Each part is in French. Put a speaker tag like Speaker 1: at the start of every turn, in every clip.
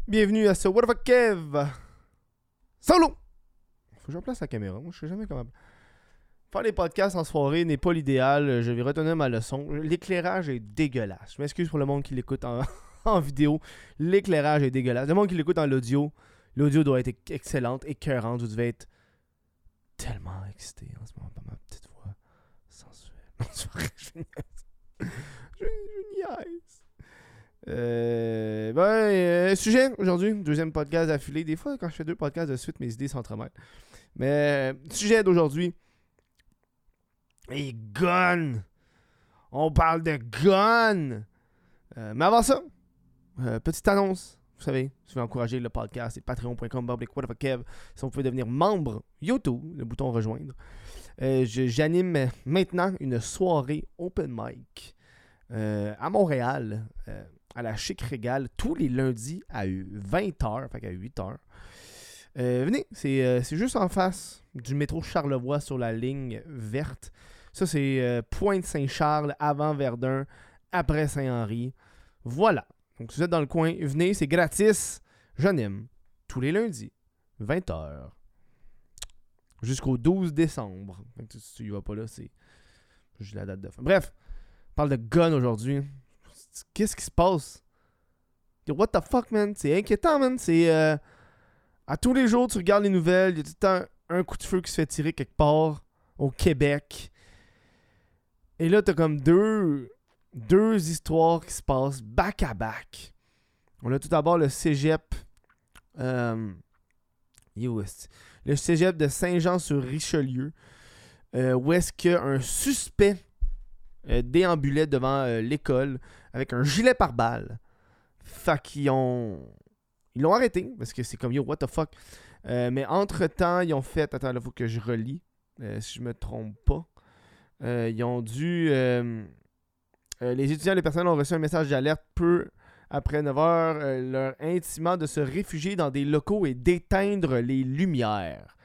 Speaker 1: Bienvenue à ce What the fuck Kev Solo! Faut que je replace la caméra, moi je sais jamais comment. Faire des podcasts en soirée n'est pas l'idéal, je vais retenir ma leçon. L'éclairage est dégueulasse. Je m'excuse pour le monde qui l'écoute en vidéo. L'éclairage est dégueulasse. Le monde qui l'écoute en audio, l'audio doit être excellente, écœurante. Vous devez être tellement excité en ce moment par ma petite voix sensuelle. Non, c'est vrai, je niaise. Sujet aujourd'hui, deuxième podcast d'affilée. Des fois, quand je fais deux podcasts de suite, mes idées s'entremêlent. Mais sujet d'aujourd'hui, les guns. On parle de guns. Mais avant ça, petite annonce. Vous savez, si vous voulez encourager le podcast, c'est patreon.com/whatthefuckkev. Si vous pouvez devenir membre YouTube, le bouton rejoindre. J'anime maintenant une soirée open mic à Montréal. À la Chic Régale, tous les lundis à 20h, fait qu'à 8h. Venez, c'est juste en face du métro Charlevoix sur la ligne verte. Ça, c'est Pointe-Saint-Charles, avant Verdun, après Saint-Henri. Voilà. Donc, si vous êtes dans le coin, venez, c'est gratis. J'anime tous les lundis, 20h. Jusqu'au 12 décembre. Fait que si tu y vas pas là, c'est juste la date de fin. Bref, on parle de gun aujourd'hui. Qu'est-ce qui se passe? What the fuck, man? C'est inquiétant, man. C'est... à tous les jours, tu regardes les nouvelles, il y a tout le temps un coup de feu qui se fait tirer quelque part au Québec. Et là, t'as comme deux histoires qui se passent back à back. On a tout d'abord le cégep... le cégep de Saint-Jean-sur-Richelieu. Où est-ce qu'un suspect déambulait devant l'école avec un gilet pare-balles. Fait qu'ils ils l'ont arrêté parce que c'est comme yo, what the fuck. Mais entre-temps, ils ont fait... Attends, là, faut que je relis. Si je me trompe pas. Ils ont dû... les étudiants et les personnes ont reçu un message d'alerte peu après 9h, leur intimant de se réfugier dans des locaux et d'éteindre les lumières.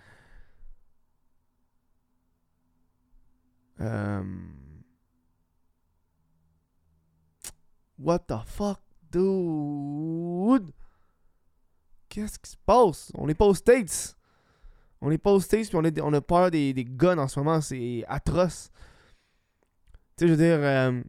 Speaker 1: What the fuck, dude? Qu'est-ce qui se passe? On n'est pas aux States. On n'est pas aux States, puis on a peur des guns en ce moment. C'est atroce. Tu sais, je veux dire...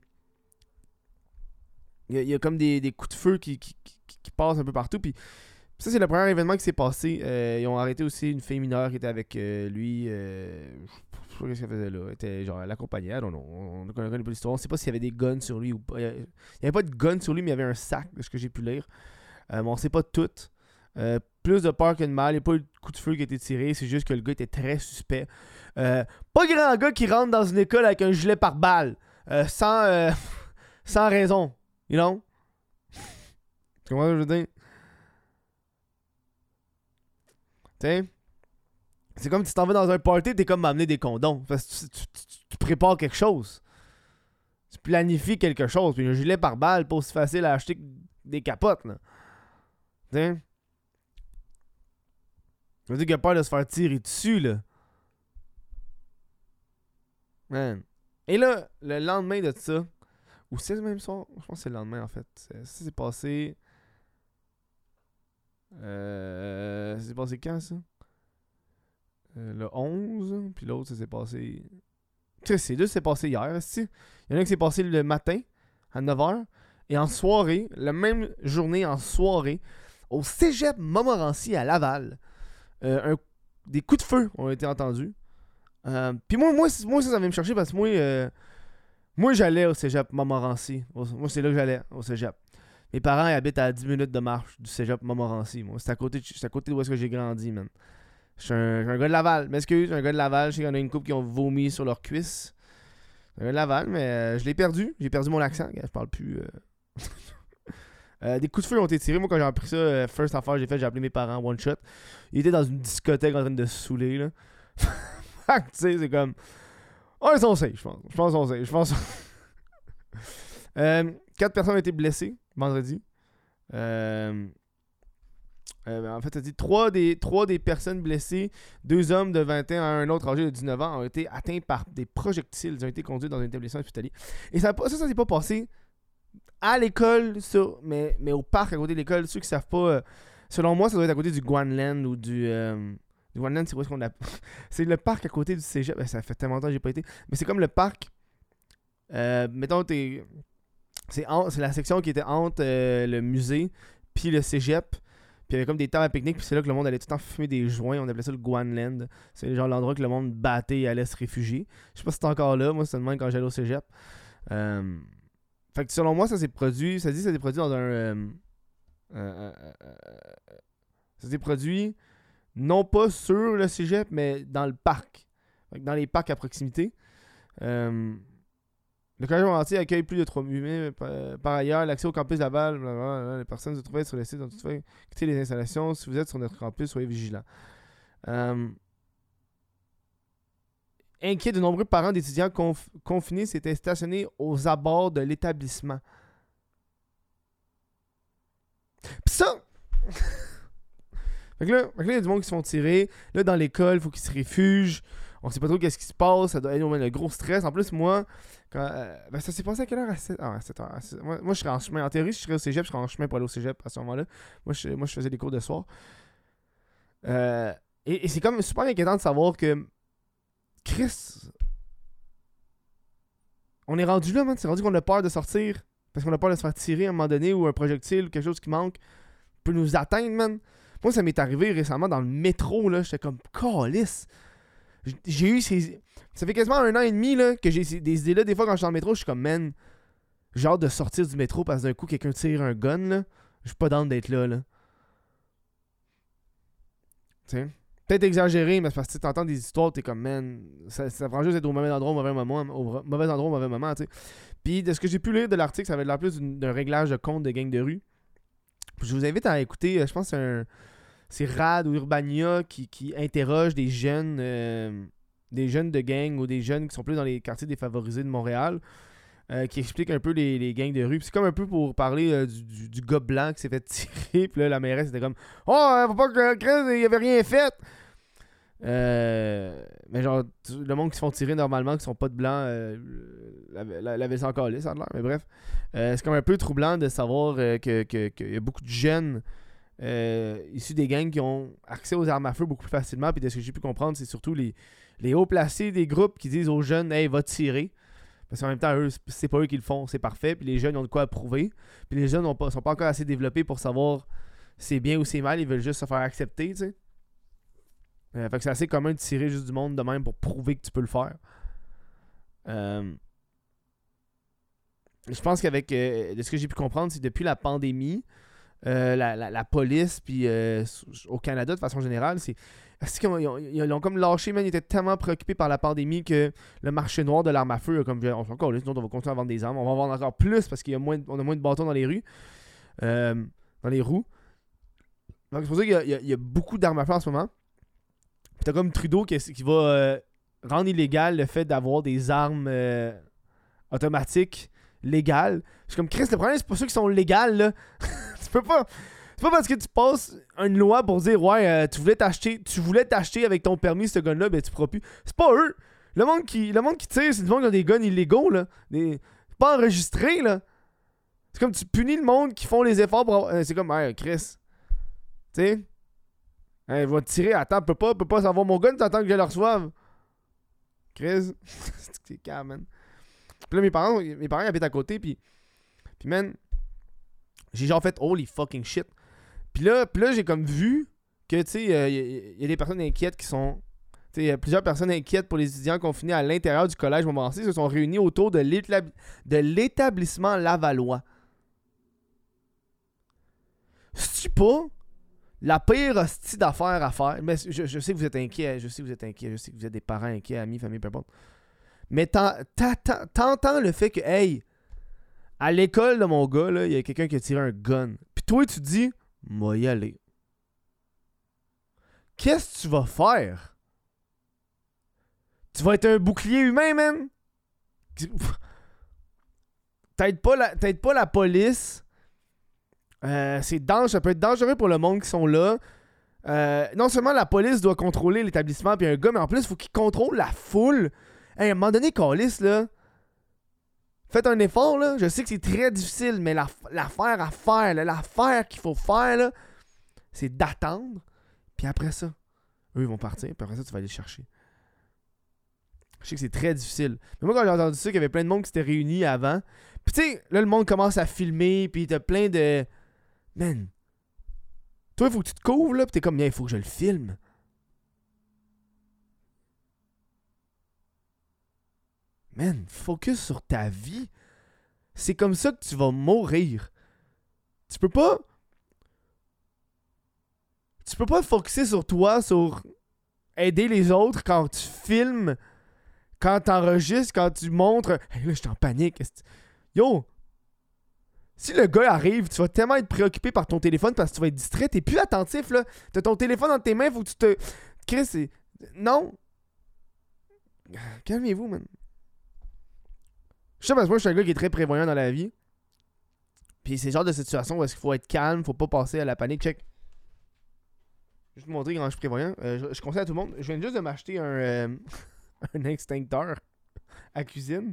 Speaker 1: il y a comme des coups de feu qui passent un peu partout. Puis ça, c'est le premier événement qui s'est passé. Ils ont arrêté aussi une fille mineure qui était avec lui. Je sais pas ce qu'elle faisait là. Elle était genre, elle l'accompagnait. On ne connaît pas l'histoire. On ne sait pas s'il y avait des guns sur lui ou pas. Il n'y avait pas de guns sur lui, mais il y avait un sac, de ce que j'ai pu lire. Mais on ne sait pas tout. Plus de peur que de mal. Il n'y a pas eu de coup de feu qui a été tiré. C'est juste que le gars était très suspect. Pas grand gars qui rentre dans une école avec un gilet pare-balles. Sans raison. You know? Tu comprends ce que je veux dire? T'sais? C'est comme si tu t'en vas dans un party, t'es comme m'amener des condoms. Parce que tu prépares quelque chose. Tu planifies quelque chose. Puis un gilet pare-balles, pas aussi facile à acheter que des capotes, là. T'sais? Je veux dire qu'il a peur de se faire tirer dessus, là. Man. Et là, le lendemain de ça, ou c'est le même soir, je pense que c'est le lendemain, en fait. Ça s'est passé... ça s'est passé quand, ça? Le 11, puis l'autre, ça s'est passé... C'est deux, ça s'est passé hier, aussi. Il y en a un qui s'est passé le matin, à 9h, et en soirée, la même journée en soirée, au cégep Montmorency à Laval, des coups de feu ont été entendus. Puis moi, ça vient me chercher parce que moi j'allais au cégep Montmorency. Moi, c'est là que j'allais, au cégep. Mes parents ils habitent à 10 minutes de marche du cégep Montmorency. Moi, c'est à côté d'où est-ce que j'ai grandi, man. Je suis un gars de Laval. M'excuse, un gars de Laval. Je sais qu'il y en a une couple qui ont vomi sur leurs cuisses. Un gars de Laval, mais je l'ai perdu. J'ai perdu mon accent. Je parle plus. Des coups de feu ont été tirés. Moi, quand j'ai appris ça, first affaire j'ai appelé mes parents, one shot. Ils étaient dans une discothèque en train de se saouler, là. Tu sais, c'est comme... Oh, ils sont safe, je pense. Je pense. 4 personnes ont été blessées vendredi. En fait, ça dit 3 des personnes blessées, 2 hommes de 21 ans et un autre âgé de 19 ans ont été atteints par des projectiles. Ils ont été conduits dans un établissement hospitalier. Et ça s'est pas passé à l'école, mais au parc à côté de l'école. Ceux qui savent pas, selon moi, ça doit être à côté du Guanland ou du Guanland, c'est quoi ce qu'on appelle? C'est le parc à côté du cégep. Ben, ça fait tellement longtemps que j'ai pas été. Mais c'est comme le parc. Mettons, c'est la section qui était entre le musée puis le cégep. Puis il y avait comme des tables à pique-nique, puis c'est là que le monde allait tout le temps fumer des joints. On appelait ça le Guanland. C'est genre l'endroit que le monde battait et allait se réfugier. Je sais pas si c'est encore là. Moi, c'était le même quand j'allais au cégep. Fait que selon moi, ça s'est produit. Ça dit que ça s'est produit dans ça s'est produit non pas sur le cégep, mais dans le parc. Fait que dans les parcs à proximité. Le collège entier accueille plus de 3000 par ailleurs, l'accès au campus Laval, blablabla, les personnes se trouvent sur le site ont tout fait quitter les installations. Si vous êtes sur notre campus, soyez vigilants. Inquiet, de nombreux parents d'étudiants confinés s'étaient stationnés aux abords de l'établissement. Pis ça! Fait que là, il y a du monde qui se font tirer. Là, dans l'école, il faut qu'ils se réfugient. On sait pas trop qu'est-ce qui se passe. Ça doit être le gros stress. En plus, moi, ça s'est passé à quelle heure? À 7h. Moi, je serais en chemin. En théorie, si je serais au cégep, je serais en chemin pour aller au cégep à ce moment-là. Moi, je faisais des cours de soir. Et c'est comme super inquiétant de savoir que Chris, on est rendu là, man. C'est rendu qu'on a peur de sortir parce qu'on a peur de se faire tirer à un moment donné ou un projectile ou quelque chose qui manque peut nous atteindre, man. Moi, ça m'est arrivé récemment dans le métro, là. J'étais comme, calisse. J'ai eu ces... Ça fait quasiment 1 an et demi là, que j'ai des idées-là. Des fois, quand je suis dans le métro, je suis comme, man, j'ai hâte de sortir du métro parce que d'un coup, quelqu'un tire un gun, là. Je suis pas down d'être là. T'sais. Peut-être exagéré, mais parce que t'entends des histoires, t'es comme, man, ça prend juste d'être au mauvais endroit, au mauvais moment, tu sais. Puis, de ce que j'ai pu lire de l'article, ça avait l'air plus d'un réglage de compte de gang de rue. Je vous invite à écouter, je pense que c'est Rad ou Urbania qui interroge des jeunes de gang ou des jeunes qui sont plus dans les quartiers défavorisés de Montréal, qui expliquent un peu les gangs de rue. Puis c'est comme un peu pour parler du gars blanc qui s'est fait tirer. Puis là, la mairesse était comme « Oh, faut pas que Chris, il avait rien fait! » Mais genre, le monde qui se font tirer normalement, qui sont pas de blanc, l'avait ça encore là, ça a l'air. Mais bref, c'est comme un peu troublant de savoir qu'il y a beaucoup de jeunes issus des gangs qui ont accès aux armes à feu beaucoup plus facilement. Puis de ce que j'ai pu comprendre, c'est surtout les hauts placés des groupes qui disent aux jeunes « Hey, va tirer ». Parce qu'en même temps, eux, c'est pas eux qui le font, c'est parfait. Puis les jeunes ont de quoi prouver. Puis les jeunes sont pas encore assez développés pour savoir si c'est bien ou c'est mal. Ils veulent juste se faire accepter, tu sais. Fait que c'est assez commun de tirer juste du monde de même pour prouver que tu peux le faire. Je pense qu'avec de ce que j'ai pu comprendre, c'est depuis la pandémie, la police, puis au Canada de façon générale, ils ont comme lâché, man. Ils étaient tellement préoccupés par la pandémie que le marché noir de l'arme à feu, comme on s'en encore là, sinon on va continuer à vendre des armes. On va en vendre encore plus parce qu'on a moins de bâtons dans les rues, dans les roues. Donc c'est pour ça qu'il y a beaucoup d'armes à feu en ce moment. Puis t'as comme Trudeau qui va rendre illégal le fait d'avoir des armes automatiques légales. Je suis comme, Chris, le problème, c'est pas ceux qui sont légales, là. Tu peux pas... C'est pas parce que tu passes une loi pour dire, ouais, tu voulais t'acheter avec ton permis ce gun-là, ben tu pourras plus. C'est pas eux. Le monde qui tire, c'est du monde qui a des guns illégaux, là. C'est pas enregistré, là. C'est comme tu punis le monde qui font les efforts pour... c'est comme, hey, Chris. Tu sais... Hey, va te tirer, attends, peut pas savoir mon gun, t'attends que je le reçoive. Chris, c'est calme, man. Puis là, mes parents habitent à côté, puis man, j'ai genre fait holy fucking shit. Puis là j'ai comme vu que, tu sais, il y a des personnes inquiètes qui sont... Tu sais, il y a plusieurs personnes inquiètes pour les étudiants confinés à l'intérieur du collège Montmorency se sont réunis autour de l'établissement Lavallois. C'est-tu pas la pire hostie d'affaires à faire? Mais je sais que vous êtes inquiets, je sais que vous êtes des parents inquiets, amis, famille, peu importe. Mais t'entends le fait que, hey, à l'école de mon gars, il y a quelqu'un qui a tiré un gun. Puis toi, tu te dis, moi y aller. Qu'est-ce que tu vas faire? Tu vas être un bouclier humain, man? T'aides pas la police. Ça peut être dangereux pour le monde qui sont là. Non seulement la police doit contrôler l'établissement puis un gars, mais en plus, il faut qu'il contrôle la foule. Hey, à un moment donné, Callis, là, Faites un effort, là. Je sais que c'est très difficile, mais l'affaire à faire, là, l'affaire qu'il faut faire, là, c'est d'attendre. Puis après ça, eux, ils vont partir. Puis après ça, tu vas aller le chercher. Je sais que c'est très difficile. Mais moi, quand j'ai entendu ça, qu'il y avait plein de monde qui s'était réunis avant. Puis tu sais, là, le monde commence à filmer. Puis t'as plein de... Man. Toi, il faut que tu te couvres, là. Puis t'es comme, bien, il faut que je le filme. Man, focus sur ta vie. C'est comme ça que tu vas mourir. Tu peux pas focuser sur toi, sur aider les autres quand tu filmes, quand tu enregistres, quand tu montres. Hey, là, je suis en panique. Yo! Si le gars arrive, tu vas tellement être préoccupé par ton téléphone parce que tu vas être distrait, t'es plus attentif, là. T'as ton téléphone dans tes mains, faut que tu te... Chris, c'est... Non! Calmez-vous, man. Je sais parce que moi, je suis un gars qui est très prévoyant dans la vie. Puis c'est le genre de situation où est-ce qu'il faut être calme, faut pas passer à la panique. Check. Juste te montrer comment je suis prévoyant. Je conseille à tout le monde. Je viens juste de m'acheter un extincteur à cuisine.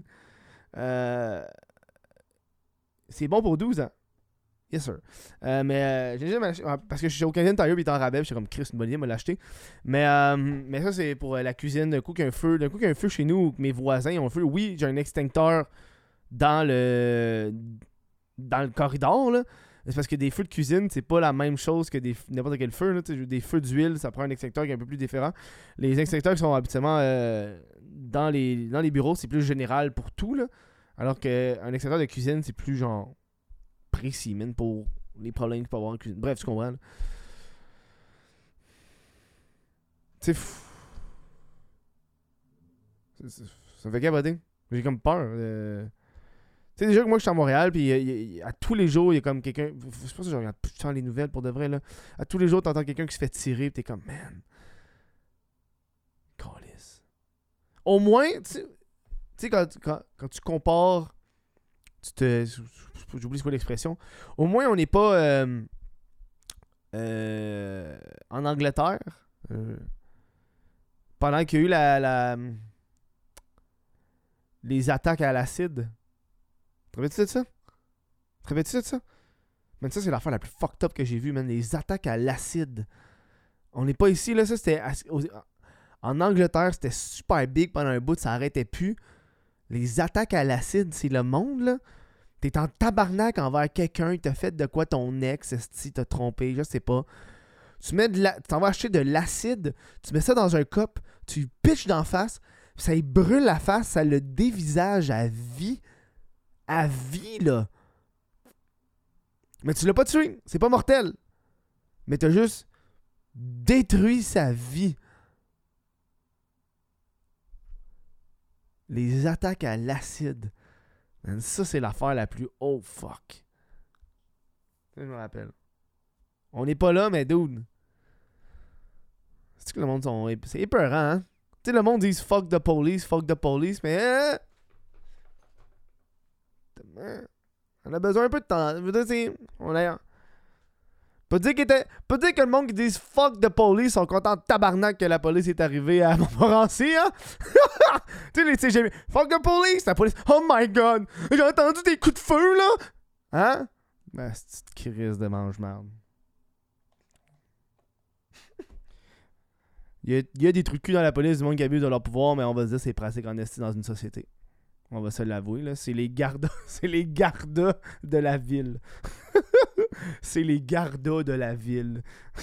Speaker 1: C'est bon pour 12 ans. Yes, sir. Mais j'ai jamais acheté. Parce que je suis au Canadian Tire, puis il est en rabais. J'étais comme Chris, une bonne idée, me l'acheter. Mais ça, c'est pour la cuisine. D'un coup, qu'il y a un feu chez nous, que mes voisins ont un feu. Oui, j'ai un extincteur dans le corridor, là. C'est parce que des feux de cuisine, c'est pas la même chose que n'importe quel feu. Là. Des feux d'huile, ça prend un extincteur qui est un peu plus différent. Les extincteurs qui sont habituellement dans les bureaux, c'est plus général pour tout. Là. Alors qu'un extincteur de cuisine, c'est plus genre précis, même pour les problèmes qu'il peut y avoir en cuisine. Bref, tu comprends. Là. Tu sais, ça me fait capoter. J'ai comme peur. Tu sais, déjà que moi, je suis à Montréal, puis à tous les jours, il y a comme quelqu'un... Je sais pas si je regarde tout les nouvelles pour de vrai, là. À tous les jours, t'entends quelqu'un qui se fait tirer, puis t'es comme, man... Calisse. Au moins, tu sais, quand tu compares... J'oublie c'est quoi l'expression. Au moins, on n'est pas... en Angleterre. Pendant qu'il y a eu les attaques à l'acide... Te rappelles-tu de ça? Te rappelles-tu de ça? Man, ça, c'est l'affaire la plus fucked up que j'ai vue, man. Les attaques à l'acide. On n'est pas ici, là. Ça, c'était... En Angleterre, c'était super big pendant un bout, ça arrêtait plus. Les attaques à l'acide, c'est le monde, là. T'es en tabarnak envers quelqu'un, il t'a fait de quoi ton ex, esti, t'a trompé, je sais pas. Tu t'en vas acheter de l'acide, tu mets ça dans un cup, tu le pitches d'en face, ça y brûle la face, ça le dévisage à vie. À vie, là. Mais tu l'as pas tué. C'est pas mortel. Mais t'as juste détruit sa vie. Les attaques à l'acide. Man, ça, c'est l'affaire la plus... Oh, fuck. Ça, je me rappelle. On n'est pas là, mais dude. C'est que le monde sont... C'est épeurant, hein? Tu sais, le monde dit fuck the police, mais... On a besoin un peu de temps. Je veux dire, on a... Pas dire que le monde qui dit fuck the police sont contents de tabarnak que la police est arrivée à Montmorency, hein? Tu sais, les CGB. Fuck the police, la police. Oh my god! J'ai entendu des coups de feu, là! Hein? Ben, c'est une crise de mange-marde. Il y a des trucs de cul dans la police, du monde qui abuse de leur pouvoir, mais on va se dire c'est pratique en esti dans une société. On va se l'avouer, là. C'est les gardas. C'est les gardas de la ville. C'est les gardas de la ville.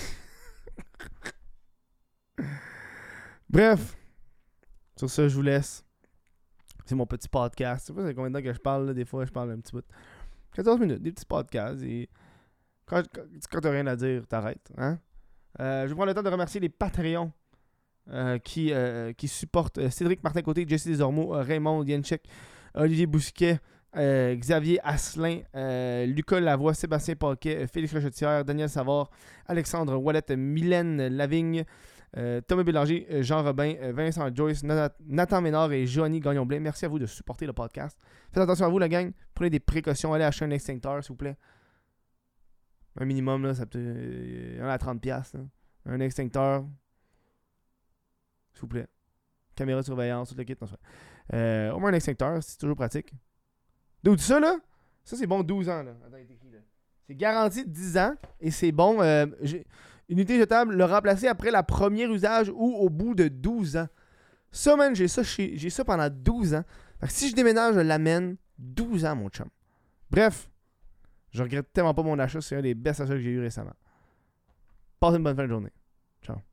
Speaker 1: Bref. Sur ça, je vous laisse. C'est mon petit podcast. Je sais pas c'est combien de temps que je parle, là. Des fois, je parle un petit peu. 14 minutes, des petits podcasts. Et quand t'as rien à dire, t'arrêtes. Hein? Je vais prendre le temps de remercier les Patreons. Qui supportent Cédric Martin-Côté, Jesse Desormeaux, Raymond Dienchek, Olivier Bousquet, Xavier Asselin, Lucas Lavoie, Sébastien Paquet, Félix Rochetière, Daniel Savard, Alexandre Ouellette, Mylène Lavigne, Thomas Bélanger, Jean Robin, Vincent Joyce, Nathan Ménard et Johnny Gagnon-Blais. Merci à vous de supporter le podcast. Faites attention à vous, la gang. Prenez des précautions. Allez acheter un extincteur, s'il vous plaît. Un minimum, là, ça peut être à 30$. Là. Un extincteur. S'il vous plaît. Caméra de surveillance, tout le kit. Au moins un extincteur, c'est toujours pratique. Donc ça, là, ça, c'est bon 12 ans, là. Attends, il est écrit, là. C'est garanti 10 ans, et c'est bon. Unité jetable, le remplacer après le premier usage ou au bout de 12 ans. Ça, man, j'ai ça pendant 12 ans. Fait que si je déménage, je l'amène 12 ans, mon chum. Bref, je regrette tellement pas mon achat. C'est un des best achats que j'ai eu récemment. Passe une bonne fin de journée. Ciao.